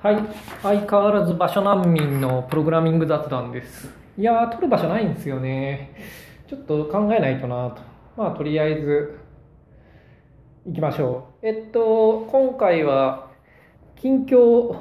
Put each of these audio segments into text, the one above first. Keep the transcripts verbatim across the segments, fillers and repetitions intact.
はい、相変わらず場所難民のプログラミング雑談です。いやー、取る場所ないんですよね。ちょっと考えないとなと。まあ、とりあえず行きましょう。えっと、今回は近況、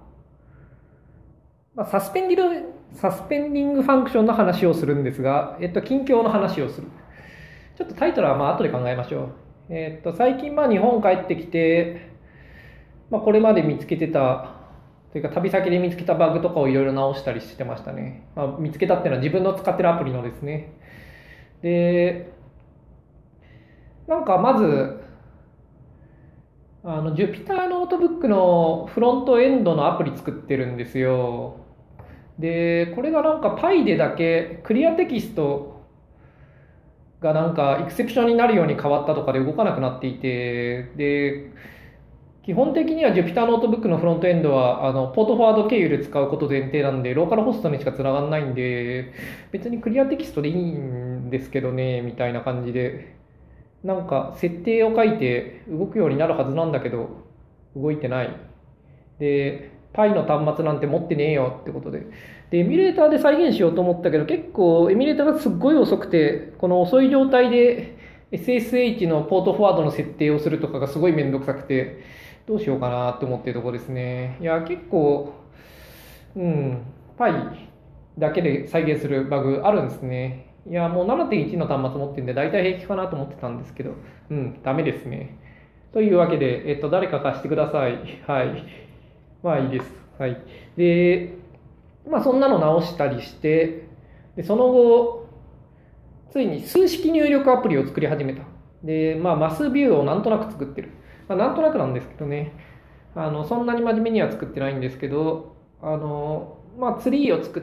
まあ、サスペンディル、サスペンディングファンクションの話をするんですが、えっと、近況の話をする。ちょっとタイトルはまあ後で考えましょう。えっと、最近まあ日本帰ってきて、まあ、これまで見つけてたというか旅先で見つけたバグとかをいろいろ直したりしてましたね、まあ、見つけたっていうのは自分の使ってるアプリのですね。でなんかまずあの Jupyter ノートブックのフロントエンドのアプリ作ってるんですよ。でこれがなんか Py でだけクリアテキストがなんかエクセプションになるように変わったとかで動かなくなっていて、で基本的には Jupyter ノートブックのフロントエンドはあのポートフォワード経由で使うこと前提なんで、ローカルホストにしかつながらないんで、別にクリアテキストでいいんですけどね、みたいな感じで、なんか設定を書いて動くようになるはずなんだけど、動いてない。で、Py の端末なんて持ってねえよってことで。で、エミュレーターで再現しようと思ったけど、結構エミュレーターがすっごい遅くて、この遅い状態で エスエスエイチ のポートフォワードの設定をするとかがすごいめんどくさくて、どうしようかなって思ってるところですね。いや、結構、うん、Py だけで再現するバグあるんですね。いや、もうななてんいちの端末持ってるんで、大体平気かなと思ってたんですけど、うん、ダメですね。というわけで、えっと、誰か貸してください。はい。まあいいです。はい。で、まあそんなの直したりして、で、その後、ついに数式入力アプリを作り始めた。で、まあマスビューをなんとなく作ってる。まあなんとなくなんですけどね。あの、そんなに真面目には作ってないんですけど、あの、まあツリーを作って、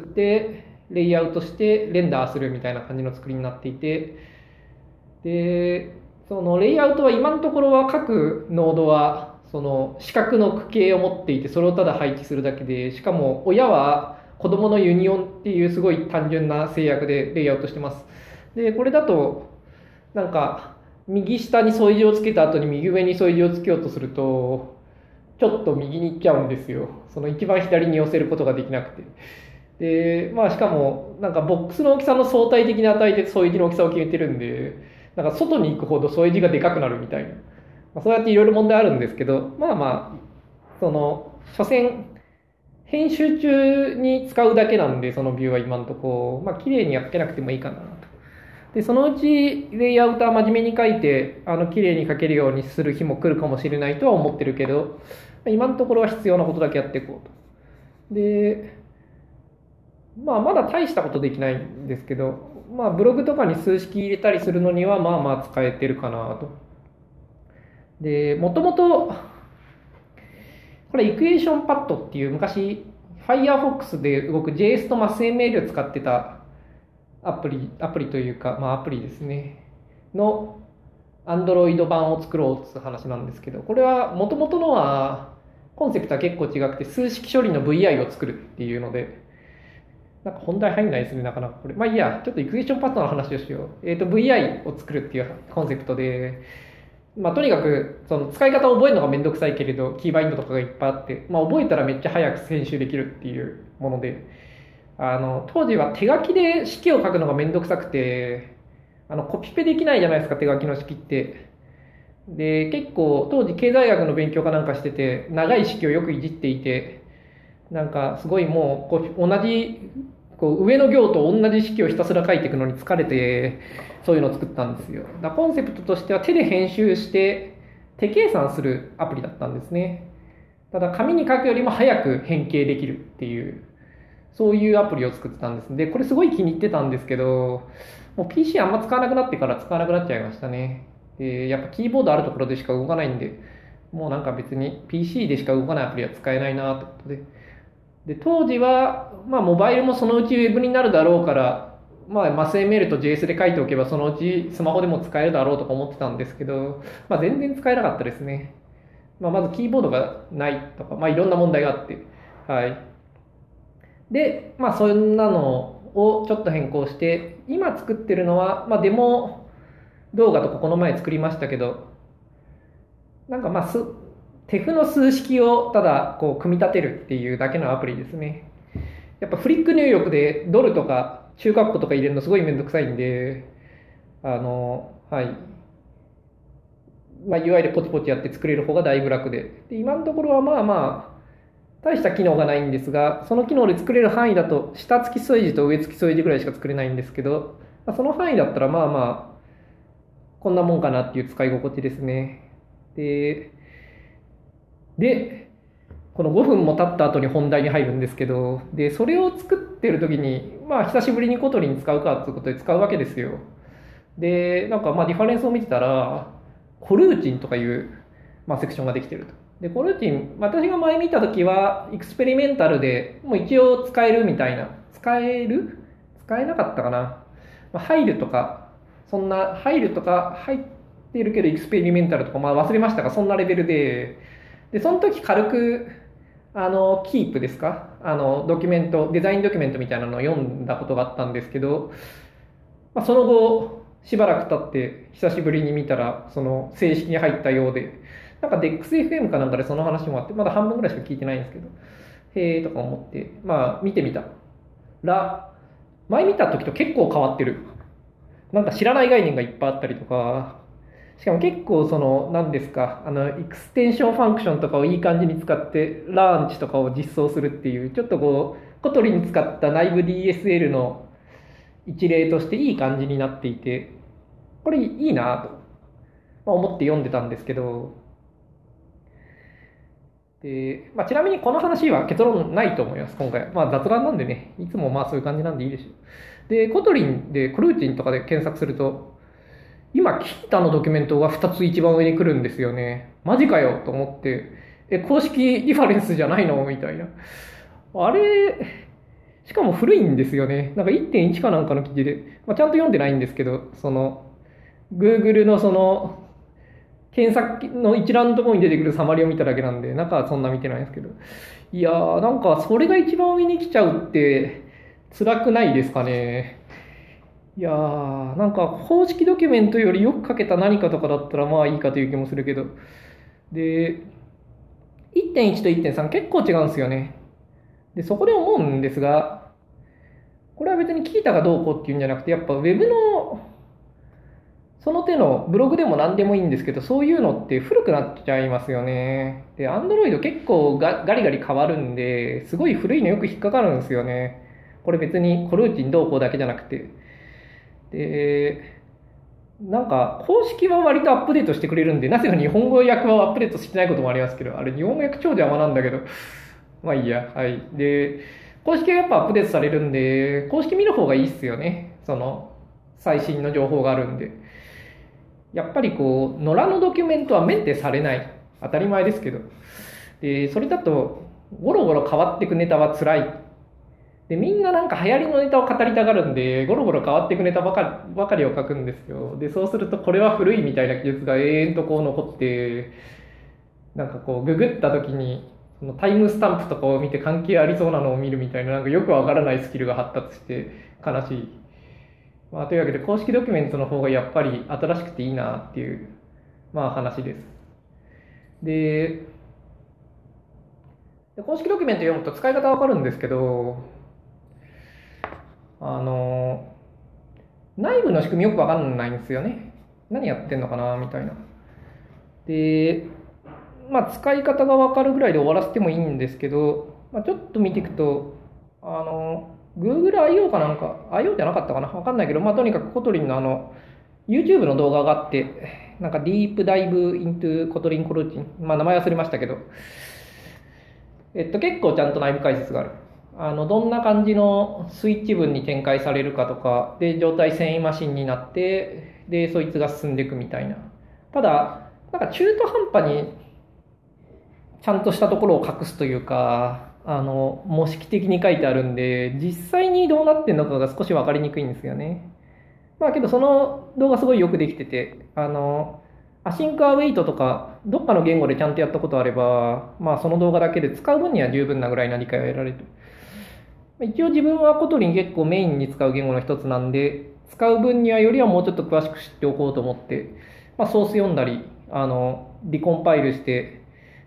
レイアウトしてレンダーするみたいな感じの作りになっていて、で、そのレイアウトは今のところは各ノードはその四角の区形を持っていて、それをただ配置するだけで、しかも親は子供のユニオンっていうすごい単純な制約でレイアウトしてます。でこれだとなんか右下に添え字をつけた後に右上に添え字をつけようとするとちょっと右に行っちゃうんですよ。その一番左に寄せることができなくて、でまあしかもなんかボックスの大きさの相対的な値で添え字の大きさを決めてるんで、なんか外に行くほど添え字がでかくなるみたいな、まあ、そうやっていろいろ問題あるんですけど、まあまあその所詮編集中に使うだけなんで、そのビューは今のところまあ綺麗には書けなくてもいいかなと。でそのうちレイアウター真面目に書いてあの綺麗に書けるようにする日も来るかもしれないとは思ってるけど、今のところは必要なことだけやっていこうと。でまあ、まだ大したことできないんですけど、まあ、ブログとかに数式入れたりするのには、まあまあ使えてるかなと。で、もともと、これ、イクエーションパッドっていう昔、Firefox で動く ジェイエス と MassML を使ってたアプリ、アプリというか、まあアプリですね。の Android 版を作ろうっていう話なんですけど、これはもともとのは、コンセプトは結構違くて、数式処理の ブイアイ を作るっていうので、なんか本題入んないですね、なかなかこれ。まあいいや、ちょっとイクエーションパッドの話をしよう。えっ、と、ブイアイ を作るっていうコンセプトで、まあとにかく、その使い方を覚えるのがめんどくさいけれど、キーバインドとかがいっぱいあって、まあ覚えたらめっちゃ早く編集できるっていうもので、あの、当時は手書きで式を書くのがめんどくさくて、あの、コピペできないじゃないですか、手書きの式って。で、結構、当時経済学の勉強かなんかしてて、長い式をよくいじっていて、なんかすごいもうこう同じこう上の行と同じ式をひたすら書いていくのに疲れて、そういうのを作ったんですよ。だコンセプトとしては手で編集して手計算するアプリだったんですね。ただ紙に書くよりも早く変形できるっていうそういうアプリを作ってたんです。でこれすごい気に入ってたんですけど、もう ピーシー あんま使わなくなってから使わなくなっちゃいましたね。でやっぱキーボードあるところでしか動かないんで、もうなんか別に ピーシー でしか動かないアプリは使えないなってことで、で当時は、まあ、モバイルもそのうちウェブになるだろうから、まあ、マス エムエル と ジェイエス で書いておけばそのうちスマホでも使えるだろうとか思ってたんですけど、まあ、全然使えなかったですね。まあ、まずキーボードがないとか、まあ、いろんな問題があって、はい。で、まあ、そんなのをちょっと変更して、今作ってるのは、まあ、デモ動画とかこの前作りましたけど、なんかまあすテフの数式をただこう組み立てるっていうだけのアプリですね。やっぱフリック入力でドルとか中括弧とか入れるのすごいめんどくさいんで、あの、はい。まあ、ユーアイ でポチポチやって作れる方がだいぶ楽で。で、今のところはまあまあ、大した機能がないんですが、その機能で作れる範囲だと、下付き添え字と上付き添え字ぐらいしか作れないんですけど、まあ、その範囲だったらまあまあ、こんなもんかなっていう使い心地ですね。で、で、このごふんも経った後に本題に入るんですけど、で、それを作ってる時に、まあ、久しぶりにコトリン使うかっていうことで使うわけですよ。で、なんかまあ、ディファレンスを見てたら、コルーチンとかいう、まあ、セクションができてると。で、コルーチン、私が前見た時は、エクスペリメンタルでもう一応使えるみたいな。使える使えなかったかな。まあ、入るとか、そんな、入るとか、入ってるけどエクスペリメンタルとか、まあ忘れましたが、そんなレベルで、で、その時軽く、あの、キープですかあの、ドキュメント、デザインドキュメントみたいなのを読んだことがあったんですけど、まあ、その後、しばらく経って久しぶりに見たら、その正式に入ったようで、なんか デックスエフエム かなんかでその話もあって、まだ半分ぐらいしか聞いてないんですけど、へーとか思って、まあ見てみたら、前見た時と結構変わってる。なんか知らない概念がいっぱいあったりとか、しかも結構その、何ですか、あの、エクステンションファンクションとかをいい感じに使って、ラーンチとかを実装するっていう、ちょっとこう、コトリに使った内部 ディーエスエル の一例としていい感じになっていて、これいいなと思って読んでたんですけど、で、まあ、ちなみにこの話は結論ないと思います、今回。まあ雑談なんでね、いつもまあそういう感じなんでいいでしょう。で、コトリンでクルーチンとかで検索すると、今、キータのドキュメントがふたつ一番上に来るんですよね。マジかよと思って、え、公式リファレンスじゃないのみたいな。あれ、しかも古いんですよね。なんかいってんいちかなんかの記事で、まあ、ちゃんと読んでないんですけど、その、Google のその、検索の一覧のところに出てくるサマリを見ただけなんで、中はそんな見てないんですけど。いやー、なんかそれが一番上に来ちゃうって、辛くないですかね。いやー、なんか公式ドキュメントよりよく書けた何かとかだったらまあいいかという気もするけど。で、いってんいちといってんさん結構違うんですよね。で、そこで思うんですが、これは別に聞いたかどうこうっていうんじゃなくて、やっぱ Web のその手のブログでも何でもいいんですけど、そういうのって古くなっちゃいますよね。で、Android 結構ガガリガリ変わるんで、すごい古いのよく引っかかるんですよね。これ別にコルーチンどうこうだけじゃなくて。で、なんか公式は割とアップデートしてくれるんで、なぜか日本語訳はアップデートしてないこともありますけど、あれ日本語訳超邪魔なんだけど、まあいいや、はい。で、公式はやっぱアップデートされるんで、公式見る方がいいっすよね。その、最新の情報があるんで。やっぱりこう、野良のドキュメントはメンテされない。当たり前ですけど。で、それだと、ゴロゴロ変わっていくネタは辛い。で、みんななんか流行りのネタを語りたがるんで、ゴロゴロ変わっていくネタばかりばかりを書くんですよ。で、そうするとこれは古いみたいな記述が永遠とこう残って、なんかこう、ググった時に、そのタイムスタンプとかを見て関係ありそうなのを見るみたいな、なんかよくわからないスキルが発達して悲しい。まあ、というわけで、公式ドキュメントの方がやっぱり新しくていいなっていう、まあ話です。で、公式ドキュメント読むと使い方わかるんですけど、あの、内部の仕組みよくわかんないんですよね。何やってんのかなみたいな。で、まあ使い方がわかるぐらいで終わらせてもいいんですけど、まあ、ちょっと見ていくと、あの、Google アイオー かなんか、アイオー じゃなかったかなわかんないけど、まあとにかくコトリンのあの、YouTube の動画があって、なんかディープダイブイントゥコトリンコルーチン、まあ名前忘れましたけど、えっと結構ちゃんと内部解説がある。あの、どんな感じのスイッチ分に展開されるかとか、で、状態遷移マシンになって、で、そいつが進んでいくみたいな。ただ、なんか中途半端にちゃんとしたところを隠すというか、あの、模式的に書いてあるんで、実際にどうなってんのかが少し分かりにくいんですよね。まあけどその動画すごいよくできてて、あの、アシンクアウェイトとか、どっかの言語でちゃんとやったことあれば、まあその動画だけで使う分には十分なぐらいな理解を得られる。一応自分はコトリン結構メインに使う言語の一つなんで、使う分にはよりはもうちょっと詳しく知っておこうと思って、まあソース読んだり、あの、リコンパイルして、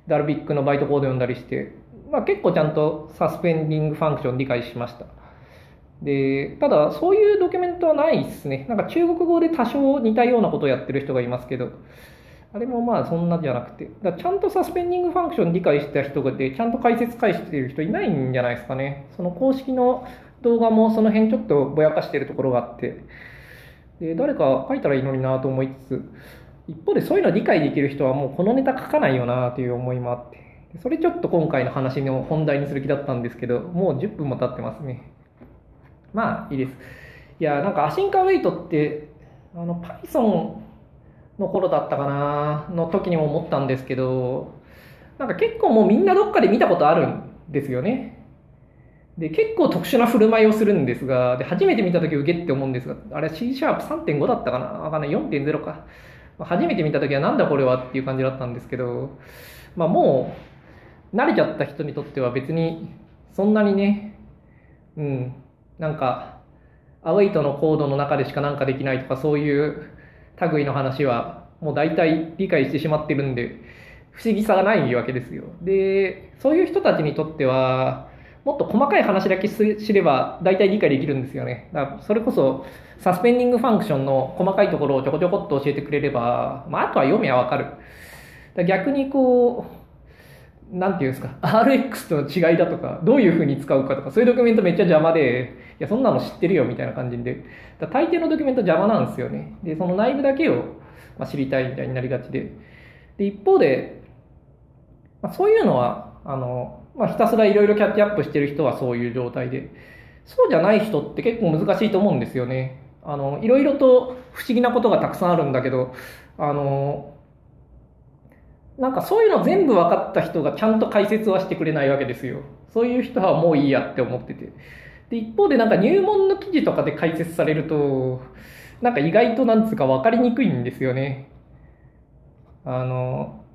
ダルビックのバイトコード読んだりして、まあ、結構ちゃんとサスペンディングファンクション理解しました。で、ただそういうドキュメントはないですね。なんか中国語で多少似たようなことをやってる人がいますけど、あれもまあそんなじゃなくて、だちゃんとサスペンディングファンクション理解した人がで、ちゃんと解説返してる人いないんじゃないですかね。その公式の動画もその辺ちょっとぼやかしてるところがあって、で誰か書いたらいいのになと思いつつ、一方でそういうの理解できる人はもうこのネタ書かないよなという思いもあって、それちょっと今回の話の本題にする気だったんですけど、もうじゅっぷんも経ってますね。まあいいです。いや、なんかアシンカーウェイトって、あの Python の頃だったかなの時にも思ったんですけど、なんか結構もうみんなどっかで見たことあるんですよね。で、結構特殊な振る舞いをするんですが、で初めて見た時ウゲって思うんですが、あれ C シャープさんてんごだったかなわかんない、よんてんゼロか。初めて見た時はなんだこれはっていう感じだったんですけど、まあもう慣れちゃった人にとっては別にそんなにね、うん、なんかアウェイトのコードの中でしかなんかできないとかそういう類の話はもう大体理解してしまってるんで不思議さがないわけですよ。で、そういう人たちにとってはもっと細かい話だけ知れば大体理解できるんですよね。だからそれこそサスペンディングファンクションの細かいところをちょこちょこっと教えてくれれば、まあ、あとは読めばわかる。だ逆にこう、なんていうんですか、アールエックス との違いだとか、どういうふうに使うかとか、そういうドキュメントめっちゃ邪魔で、いや、そんなの知ってるよみたいな感じで、だ大抵のドキュメント邪魔なんですよね。で、その内部だけを知りたいみたいになりがちで。で、一方で、まあ、そういうのは、あの、まあ、ひたすらいろいろキャッチアップしてる人はそういう状態で、そうじゃない人って結構難しいと思うんですよね。あの、いろいろと不思議なことがたくさんあるんだけど、あの、なんかそういうの全部分かった人がちゃんと解説はしてくれないわけですよ。そういう人はもういいやって思ってて。で、一方でなんか入門の記事とかで解説されると、なんか意外となんつうか分かりにくいんですよね。あの、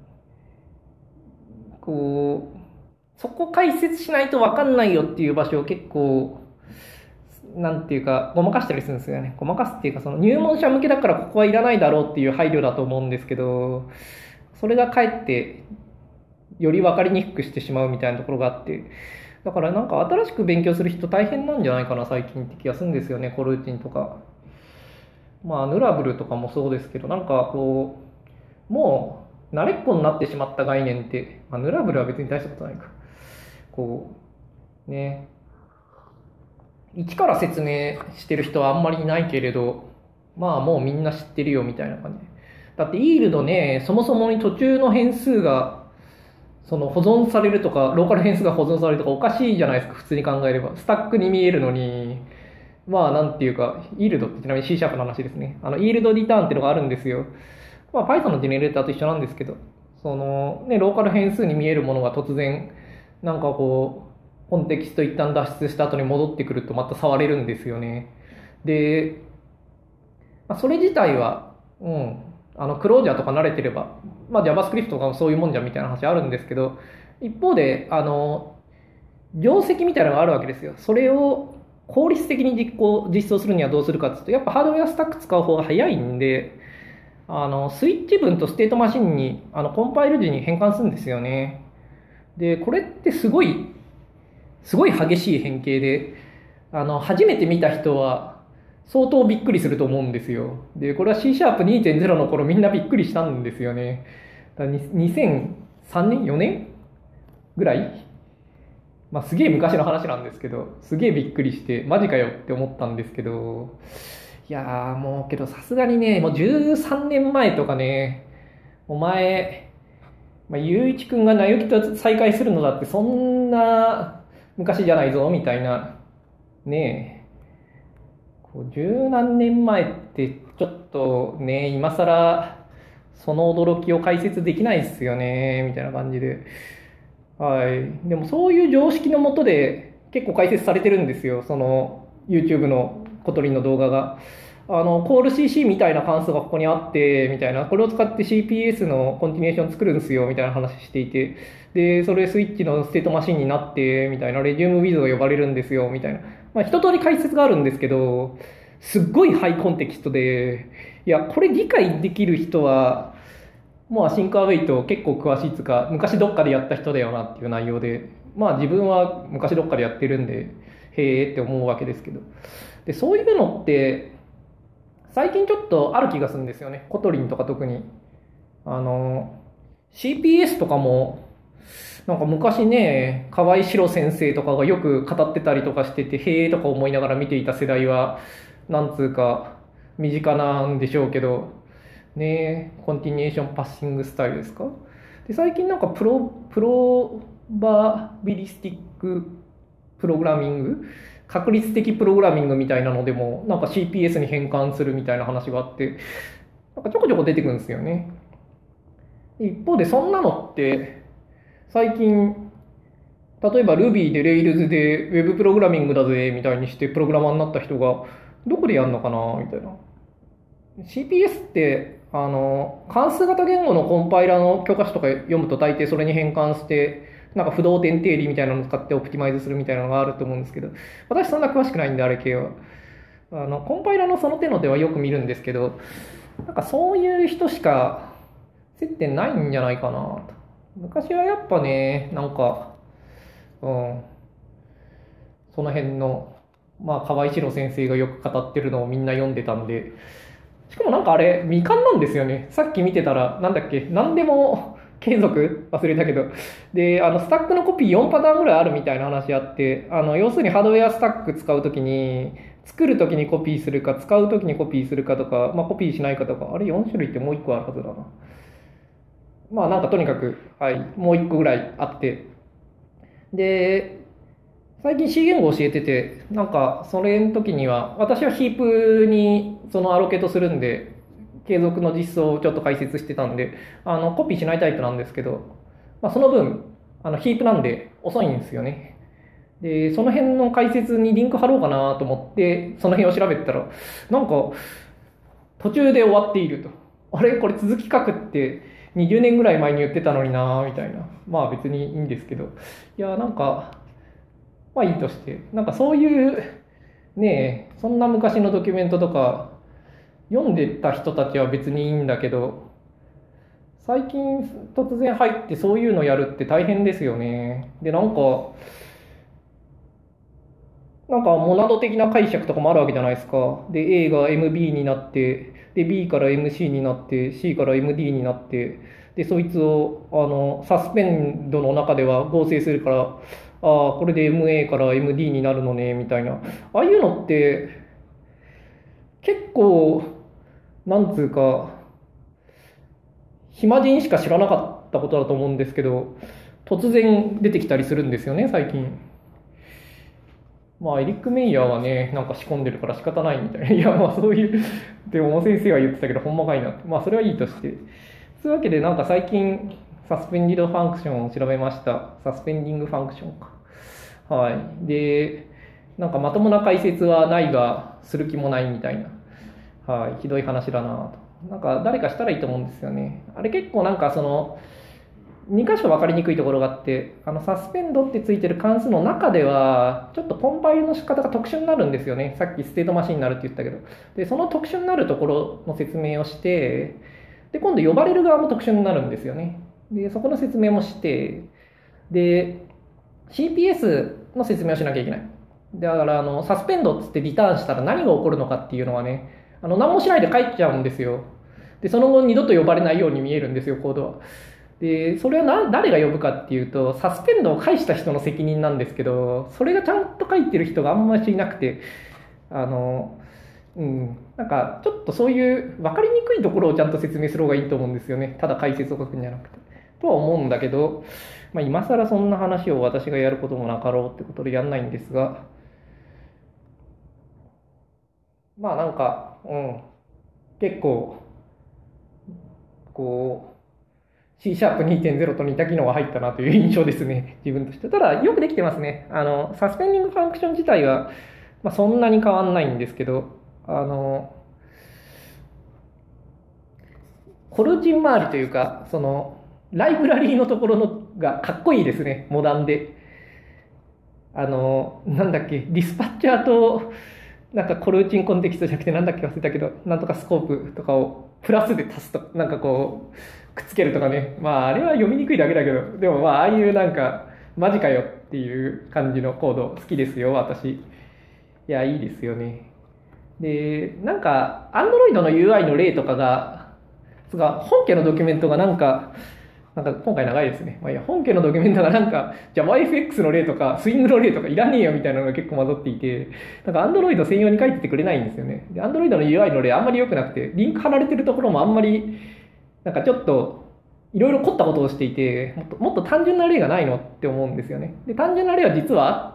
こう、そこ解説しないと分かんないよっていう場所を結構、なんていうか、ごまかしたりするんですよね。ごまかすっていうか、その入門者向けだからここはいらないだろうっていう配慮だと思うんですけど、それがかえってより分かりにくくしてしまうみたいなところがあって、だからなんか新しく勉強する人大変なんじゃないかな最近って気がするんですよね。コルーチンとか、まあヌラブルとかもそうですけど、なんかこうもう慣れっこになってしまった概念って、まあ、ヌラブルは別に大したことないか、こうね、一から説明してる人はあんまりいないけれど、まあもうみんな知ってるよみたいな感じ。だってイールドね、そもそもに途中の変数がその保存されるとか、ローカル変数が保存されるとかおかしいじゃないですか、普通に考えれば。スタックに見えるのに、まあなんていうか、イールドってちなみに C シャープの話ですね。あの、イールドリターンっていうのがあるんですよ。まあ Python のジェネレーターと一緒なんですけど、そのね、ローカル変数に見えるものが突然、なんかこう、コンテキスト一旦脱出した後に戻ってくるとまた触れるんですよね。で、まあ、それ自体は、うん、あの、クロージャーとか慣れてれば、まあ JavaScript とかもそういうもんじゃんみたいな話あるんですけど、一方で、あの、定石みたいなのがあるわけですよ。それを効率的に実行、実装するにはどうするかっていうと、やっぱハードウェアスタック使う方が早いんで、あの、スイッチ分とステートマシンに、あの、コンパイル時に変換するんですよね。で、これってすごい、すごい激しい変形で、あの、初めて見た人は相当びっくりすると思うんですよ。で、これは C シャープにてんゼロ の頃みんなびっくりしたんですよね。だにせんさんねん よねんぐらい、まあ、すげえ昔の話なんですけど、すげえびっくりして、マジかよって思ったんですけど、いやーもうけどさすがにね、もうじゅうさんねんまえとかね、お前、まあ、ゆういちくんがなゆきと再会するのだってそんな昔じゃないぞみたいな、ねえ、こう十何年前ってちょっとね、今更その驚きを解説できないですよね、みたいな感じで。はい。でもそういう常識のもとで結構解説されてるんですよ。その YouTube のコトリンの動画が。あの、コール シーシー みたいな関数がここにあって、みたいな、これを使って シーピーエス のコンティニューション作るんですよ、みたいな話していて、で、それスイッチのステートマシンになって、みたいな、レジュームウィズを呼ばれるんですよ、みたいな。まあ、一通り解説があるんですけど、すっごいハイコンテキストで、いや、これ理解できる人は、 まあシンクアウェイト結構詳しいっつうか、昔どっかでやった人だよなっていう内容で、まあ自分は昔どっかでやってるんで、へえって思うわけですけど。で、そういうのって、最近ちょっとある気がするんですよね。コトリンとか特に。あの、シーピーエス とかも、なんか昔ね、河合史郎先生とかがよく語ってたりとかしてて、へえとか思いながら見ていた世代は、なんつうか、身近なんでしょうけど、ね、コンティニュエーションパッシングスタイルですか。で、最近なんかプロ、プロバビリスティックプログラミング確率的プログラミングみたいなのでも、なんか シーピーエス に変換するみたいな話があって、なんかちょこちょこ出てくるんですよね。一方でそんなのって、最近、例えば Ruby で Rails で Web プログラミングだぜみたいにしてプログラマーになった人が、どこでやるのかなみたいな。シーピーエス って、あの、関数型言語のコンパイラの教科書とか読むと大抵それに変換して、なんか不動点定理みたいなのを使ってオプティマイズするみたいなのがあると思うんですけど、私そんな詳しくないんで、あれ系は。あの、コンパイラのその手のではよく見るんですけど、なんかそういう人しか接点ないんじゃないかなと。昔はやっぱね、なんか、うん、その辺の、まあ、河合史郎先生がよく語ってるのをみんな読んでたんで、しかもなんかあれ、未完なんですよね。さっき見てたら、なんだっけ、何でも継続忘れたけど。で、あの、スタックのコピーよんパターンぐらいあるみたいな話あって、あの、要するにハードウェアスタック使うときに、作るときにコピーするか、使うときにコピーするかとか、まあ、コピーしないかとか、あれよん種類ってもういっこあるはずだな。まあ、なんかとにかく、はい、もういっこぐらいあって。で、最近 C 言語教えてて、なんか、それの時には、私はヒープにそのアロケートするんで、継続の実装をちょっと解説してたんで、あの、コピーしないタイプなんですけど、まあ、その分、あの、ヒープなんで遅いんですよね。で、その辺の解説にリンク貼ろうかなと思って、その辺を調べてたら、なんか、途中で終わっていると。あれこれ続き書くってにじゅうねんぐらい前に言ってたのになみたいな。まあ別にいいんですけど。いや、なんか、まあいいとして、なんかそういう、ねえ、そんな昔のドキュメントとか読んでた人たちは別にいいんだけど、最近突然入ってそういうのやるって大変ですよね。で、なんか、なんかモナド的な解釈とかもあるわけじゃないですか。で、A が エムビー になって、で、B から エムシー になって、C から エムディー になって、で、そいつを、あの、サスペンドの中では合成するから、ああ、これで エムエー から エムディー になるのね、みたいな。ああいうのって、結構、なんつうか、暇人しか知らなかったことだと思うんですけど、突然出てきたりするんですよね、最近。まあ、エリック・メイヤーはね、なんか仕込んでるから仕方ないみたいな。いや、まあそういう、でも先生は言ってたけど、ほんまかいなって。まあそれはいいとして。そういうわけで、なんか最近、サスペンディドファンクションを調べました。サスペンディングファンクションか。はい。で、なんかまともな解説はないが、する気もないみたいな。はい。ひどい話だなと。なんか誰かしたらいいと思うんですよね。あれ結構なんかその、に箇所分かりにくいところがあって、あのサスペンドってついてる関数の中では、ちょっとコンパイルの仕方が特殊になるんですよね。さっきステートマシンになるって言ったけど。で、その特殊になるところの説明をして、で、今度呼ばれる側も特殊になるんですよね。で、そこの説明もして、で、シーピーエス の説明をしなきゃいけない。だから、あの、サスペンドっつってリターンしたら何が起こるのかっていうのはね、あの、何もしないで帰っちゃうんですよ。で、その後二度と呼ばれないように見えるんですよ、コードは。で、それはな誰が呼ぶかっていうと、サスペンドを返した人の責任なんですけど、それがちゃんと書いてる人があんまりいなくて、あの、うん、なんかちょっとそういう分かりにくいところをちゃんと説明する方がいいと思うんですよね。ただ解説を書くんじゃなくて。とは思うんだけど、まあ、今更そんな話を私がやることもなかろうってことでやんないんですが、まあなんか、うん、結構、こう、C シャープ にてんゼロ と似た機能が入ったなという印象ですね、自分として。ただ、よくできてますね。あの、サスペンディングファンクション自体は、まあ、そんなに変わんないんですけど、あの、コルジン周りというか、その、ライブラリーのところのがかっこいいですね、モダンで。あの、なんだっけ、ディスパッチャーとなんかコルーチンコンテキストじゃなくてなんだっけ忘れたけど、なんとかスコープとかをプラスで足すと、なんかこう、くっつけるとかね。まああれは読みにくいだけだけど、でもまあああいうなんか、マジかよっていう感じのコード好きですよ、私。いや、いいですよね。で、なんか、Android の ユーアイ の例とかが、が本家のドキュメントがなんか、なんか今回長いですね。まあいや、本家のドキュメントがなんか、じゃあ ワイエフエックス の例とか、スイングの例とかいらねえよみたいなのが結構混ざっていて、なんか Android 専用に書いててくれないんですよね。で、Android の ユーアイ の例あんまり良くなくて、リンク貼られてるところもあんまり、なんかちょっと、いろいろ凝ったことをしていて、もっともっと単純な例がないのって思うんですよね。で、単純な例は実はあって、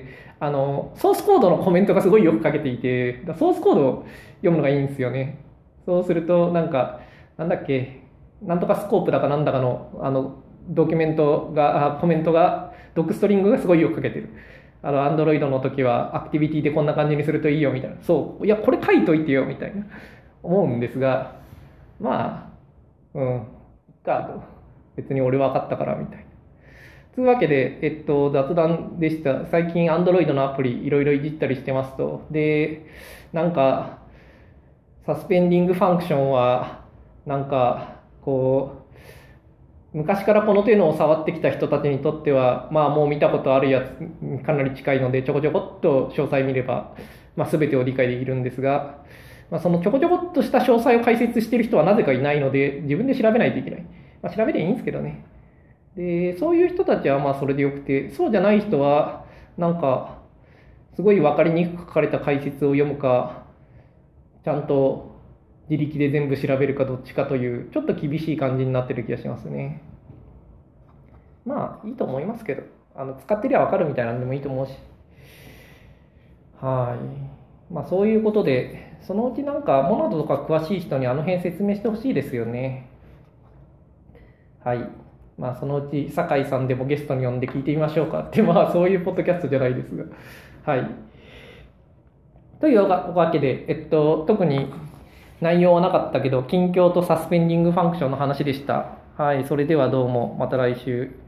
あの、ソースコードのコメントがすごいよく書けていて、ソースコードを読むのがいいんですよね。そうすると、なんか、なんだっけ、なんとかスコープだかなんだかの、あの、ドキュメントが、コメントが、ドックストリングがすごいよく書けてる。あの、アンドロイドの時は、アクティビティでこんな感じにするといいよ、みたいな。そう、いや、これ書いといてよ、みたいな、思うんですが、まあ、うん、か、別に俺分かったから、みたいな。というわけで、えっと、雑談でした。最近、Android のアプリ、いろいろいじったりしてますと。で、なんか、サスペンディングファンクションは、なんか、こう、昔からこの手のを触ってきた人たちにとっては、まあもう見たことあるやつにかなり近いので、ちょこちょこっと詳細見れば、まあ全てを理解できるんですが、まあ、そのちょこちょこっとした詳細を解説している人はなぜかいないので、自分で調べないといけない。まあ、調べりゃいいんですけどね。で、そういう人たちはまあそれでよくて、そうじゃない人は、なんか、すごい分かりにくく書かれた解説を読むか、ちゃんと自力で全部調べるかどっちかという、ちょっと厳しい感じになってる気がしますね。まあ、いいと思いますけど、あの使ってりゃ分かるみたいなんでもいいと思うし。はい。まあ、そういうことで、そのうちなんか、モナドとか詳しい人にあの辺説明してほしいですよね。はい。まあ、そのうち、酒井さんでもゲストに呼んで聞いてみましょうかって、まあ、そういうポッドキャストじゃないですが。はい。というわけで、えっと、特に内容はなかったけど、近況とサスペンディングファンクションの話でした。はい。それではどうも、また来週。